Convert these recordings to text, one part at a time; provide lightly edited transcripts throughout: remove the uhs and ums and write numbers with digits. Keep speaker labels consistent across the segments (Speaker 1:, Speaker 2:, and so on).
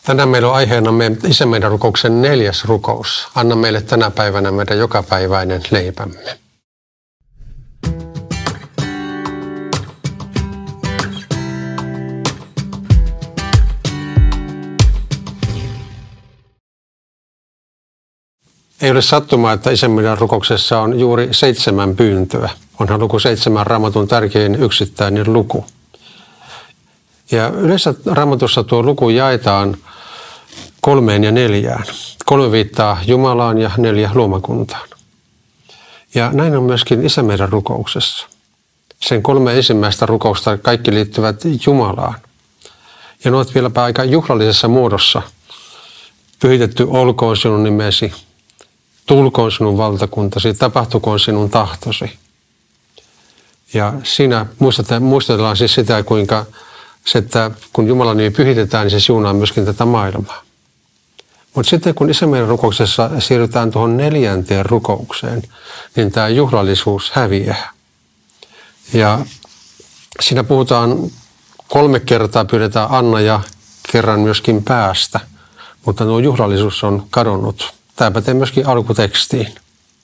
Speaker 1: Tänään meillä on aiheenamme Isä meidän rukouksen 4. rukous. Anna meille tänä päivänä meidän jokapäiväinen leipämme. Ei ole sattumaa, että Isä meidän rukouksessa on juuri 7 pyyntöä. Onhan luku 7 Raamatun tärkein yksittäinen luku. Ja yleensä Raamatussa tuo luku jaetaan 3 ja 4. 3 viittaa Jumalaan ja 4 luomakuntaan. Ja näin on myöskin Isä meidän rukouksessa. Sen 3 ensimmäistä rukousta kaikki liittyvät Jumalaan. Ja ne ovat vieläpä aika juhlallisessa muodossa. Pyhitetty olkoon sinun nimesi, tulkoon sinun valtakuntasi, tapahtukoon sinun tahtosi. Ja siinä muistetaan siis sitä, kuinka että kun Jumalan nimi pyhitetään, niin se siunaa myöskin tätä maailmaa. Mutta sitten kun Isä meidän rukouksessa siirrytään tuohon 4. rukoukseen, niin tämä juhlallisuus häviää. Ja siinä puhutaan 3 kertaa, pyydetään Anna ja kerran myöskin päästä, mutta tuo juhlallisuus on kadonnut. Tämä pätee myöskin alkutekstiin.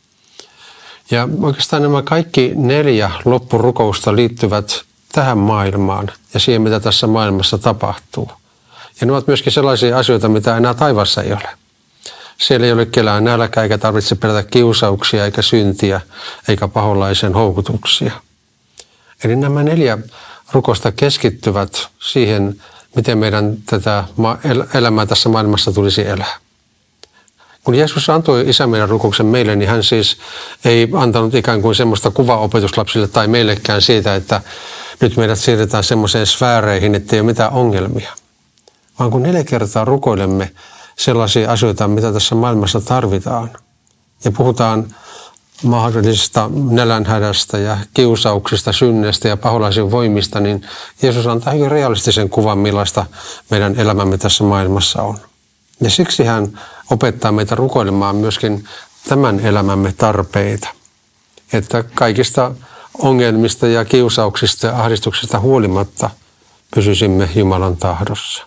Speaker 1: Ja oikeastaan nämä kaikki 4 loppurukousta liittyvät tähän maailmaan ja siihen, mitä tässä maailmassa tapahtuu. Ja ne ovat myöskin sellaisia asioita, mitä enää taivassa ei ole. Siellä ei ole kellään nälkä, eikä tarvitse pelätä kiusauksia, eikä syntiä, eikä paholaisen houkutuksia. Eli nämä 4 rukousta keskittyvät siihen, miten meidän tätä elämää tässä maailmassa tulisi elää. Kun Jeesus antoi Isä meidän rukouksen meille, niin hän siis ei antanut ikään kuin semmoista kuvaa opetuslapsille tai meillekään siitä, että nyt meidät siirretään semmoiseen sfääreihin, ettei ole mitään ongelmia. Vaan kun 4 kertaa rukoilemme sellaisia asioita, mitä tässä maailmassa tarvitaan, ja puhutaan mahdollisesta nälänhädästä ja kiusauksista, synneistä ja paholaisen voimista, niin Jeesus antaa hyvin realistisen kuvan, millaista meidän elämämme tässä maailmassa on. Ja siksi hän opettaa meitä rukoilemaan myöskin tämän elämämme tarpeita. Että kaikista ongelmista ja kiusauksista ja ahdistuksista huolimatta pysyisimme Jumalan tahdossa.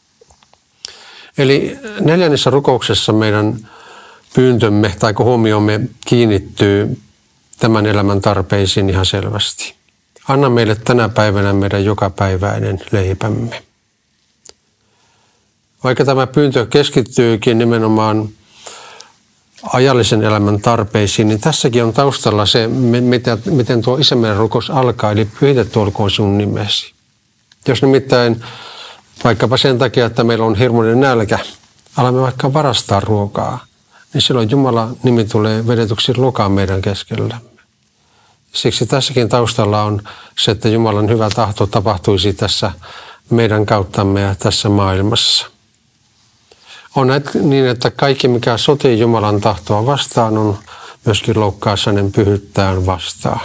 Speaker 1: Eli 4. rukouksessa meidän pyyntömme tai huomiomme kiinnittyy tämän elämän tarpeisiin ihan selvästi. Anna meille tänä päivänä meidän jokapäiväinen leipämme. Vaikka tämä pyyntö keskittyykin nimenomaan ajallisen elämän tarpeisiin, niin tässäkin on taustalla se, miten tuo Isä meidän rukous alkaa, eli pyhitetty olkoon sinun nimesi. Jos nimittäin vaikkapa sen takia, että meillä on hirmuinen nälkä, alamme vaikka varastaa ruokaa, niin silloin Jumalan nimi tulee vedetyksi lokaan meidän keskellämme. Siksi tässäkin taustalla on se, että Jumalan hyvä tahto tapahtuisi tässä meidän kauttamme ja tässä maailmassa. On niin, että kaikki mikä sotii Jumalan tahtoa vastaan on myöskin loukkaa hänen pyhyyttään vastaan.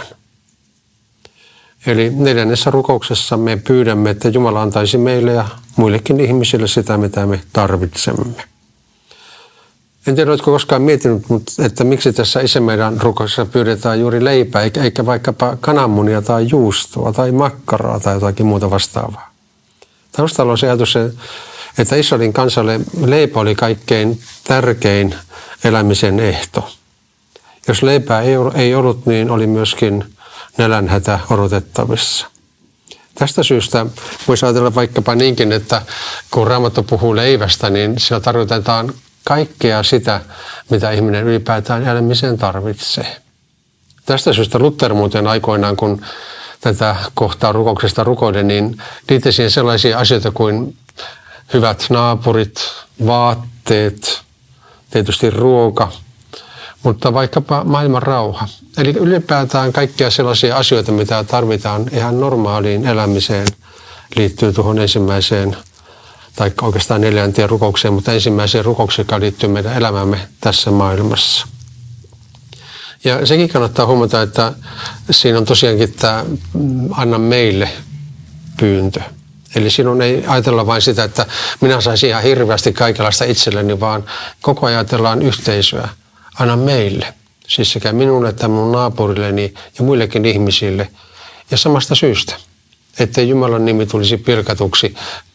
Speaker 1: Eli 4. rukouksessa me pyydämme, että Jumala antaisi meille ja muillekin ihmisille sitä, mitä me tarvitsemme. En tiedä, oletko koskaan miettinyt, että miksi tässä Isä meidän rukouksessa pyydetään juuri leipää, eikä vaikkapa kananmunia tai juustoa tai makkaraa tai jotakin muuta vastaavaa. Taustalla on se ajatus, että Israelin kansalle leipä oli kaikkein tärkein elämisen ehto. Jos leipää ei ollut, niin oli myöskin nälänhätä odotettavissa. Tästä syystä voisi ajatella vaikkapa niinkin, että kun Raamattu puhuu leivästä, niin sillä tarkoitetaan kaikkea sitä, mitä ihminen ylipäätään elämiseen tarvitsee. Tästä syystä Luther muuten aikoinaan, kun tätä kohtaa rukouksesta rukoili, niin liitti siihen sellaisia asioita kuin hyvät naapurit, vaatteet, tietysti ruoka, mutta vaikkapa maailman rauha. Eli ylipäätään kaikkia sellaisia asioita, mitä tarvitaan ihan normaaliin elämiseen, liittyy tuohon ensimmäiseen, tai oikeastaan 4. rukoukseen, mutta ensimmäiseen rukoukseen, joka liittyy meidän elämämme tässä maailmassa. Ja sekin kannattaa huomata, että siinä on tosiaankin tämä anna meille pyyntö. Eli sinun ei ajatella vain sitä, että minä saisin ihan hirveästi kaikenlaista itselleni, vaan koko ajan ajatellaan yhteisöä. Anna meille, siis sekä minulle että minun naapurilleni ja muillekin ihmisille. Ja samasta syystä, ettei Jumalan nimi tulisi pilkatuksi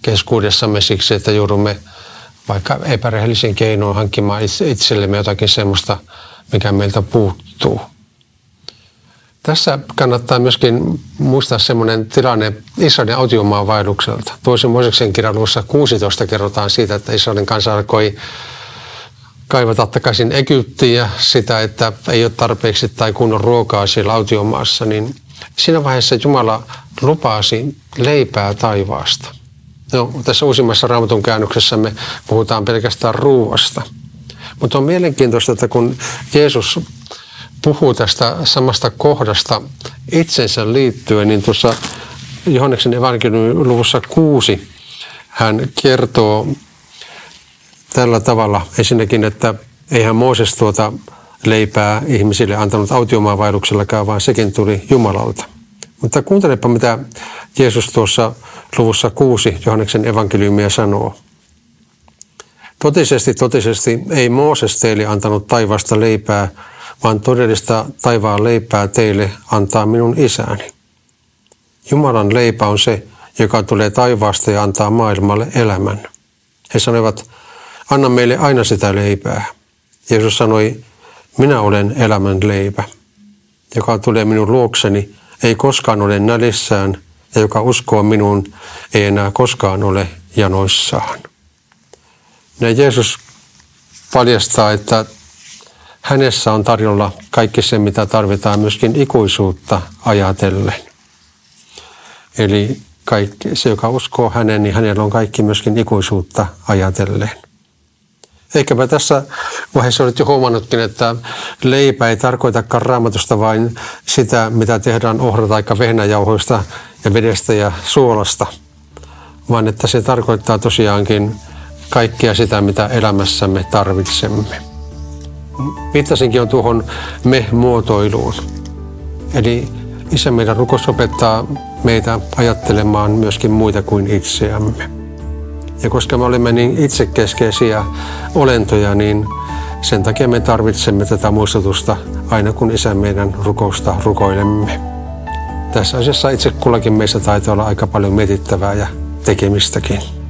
Speaker 1: keskuudessamme siksi, että joudumme vaikka epärehellisiin keinoin hankkimaan itsellemme jotakin semmoista, mikä meiltä puuttuu. Tässä kannattaa myöskin muistaa semmoinen tilanne Israelin autiomaan vaellukselta. Toisen Mooseksen kirjan luvussa 16 kerrotaan siitä, että Israelin kansa alkoi kaivata takaisin Egyptiin ja sitä, että ei ole tarpeeksi tai kunnon ruokaa siellä autiomaassa, niin siinä vaiheessa Jumala lupasi leipää taivaasta. No, tässä uusimmassa Raamatun käännöksessä me puhutaan pelkästään ruuasta. Mutta on mielenkiintoista, että kun Jeesus puhuu tästä samasta kohdasta itsensä liittyen, niin tuossa Johanneksen evankeliumin luvussa 6 hän kertoo tällä tavalla ensinnäkin, että eihän Mooses tuota leipää ihmisille antanut autiomaan vaelluksellakaan, vaan sekin tuli Jumalalta. Mutta kuuntelepa, mitä Jeesus tuossa luvussa 6 Johanneksen evankeliumia sanoo. Totisesti ei Mooses teille antanut taivaasta leipää, vaan todellista taivaan leipää teille antaa minun isäni. Jumalan leipä on se, joka tulee taivaasta ja antaa maailmalle elämän. He sanoivat, anna meille aina sitä leipää. Jeesus sanoi, minä olen elämän leipä, joka tulee minun luokseni, ei koskaan ole nälissään, ja joka uskoo minuun, ei enää koskaan ole janoissaan. Ja Jeesus paljastaa, että hänessä on tarjolla kaikki se, mitä tarvitaan myöskin ikuisuutta ajatellen. Eli kaikki, se, joka uskoo hänen, niin hänellä on kaikki myöskin ikuisuutta ajatellen. Ehkäpä tässä vaiheessa olet jo huomannutkin, että leipä ei tarkoitakaan Raamatusta vain sitä, mitä tehdään ohra- tai vehnäjauhoista ja vedestä ja suolasta, vaan että se tarkoittaa tosiaankin kaikkea sitä, mitä elämässämme tarvitsemme. Viittasinkin jo tuohon me-muotoiluun. Eli Isä meidän rukous opettaa meitä ajattelemaan myöskin muita kuin itseämme. Ja koska me olemme niin itsekeskeisiä olentoja, niin sen takia me tarvitsemme tätä muistutusta aina kun Isä meidän rukousta rukoilemme. Tässä asiassa itse kullakin meistä taitaa olla aika paljon mietittävää ja tekemistäkin.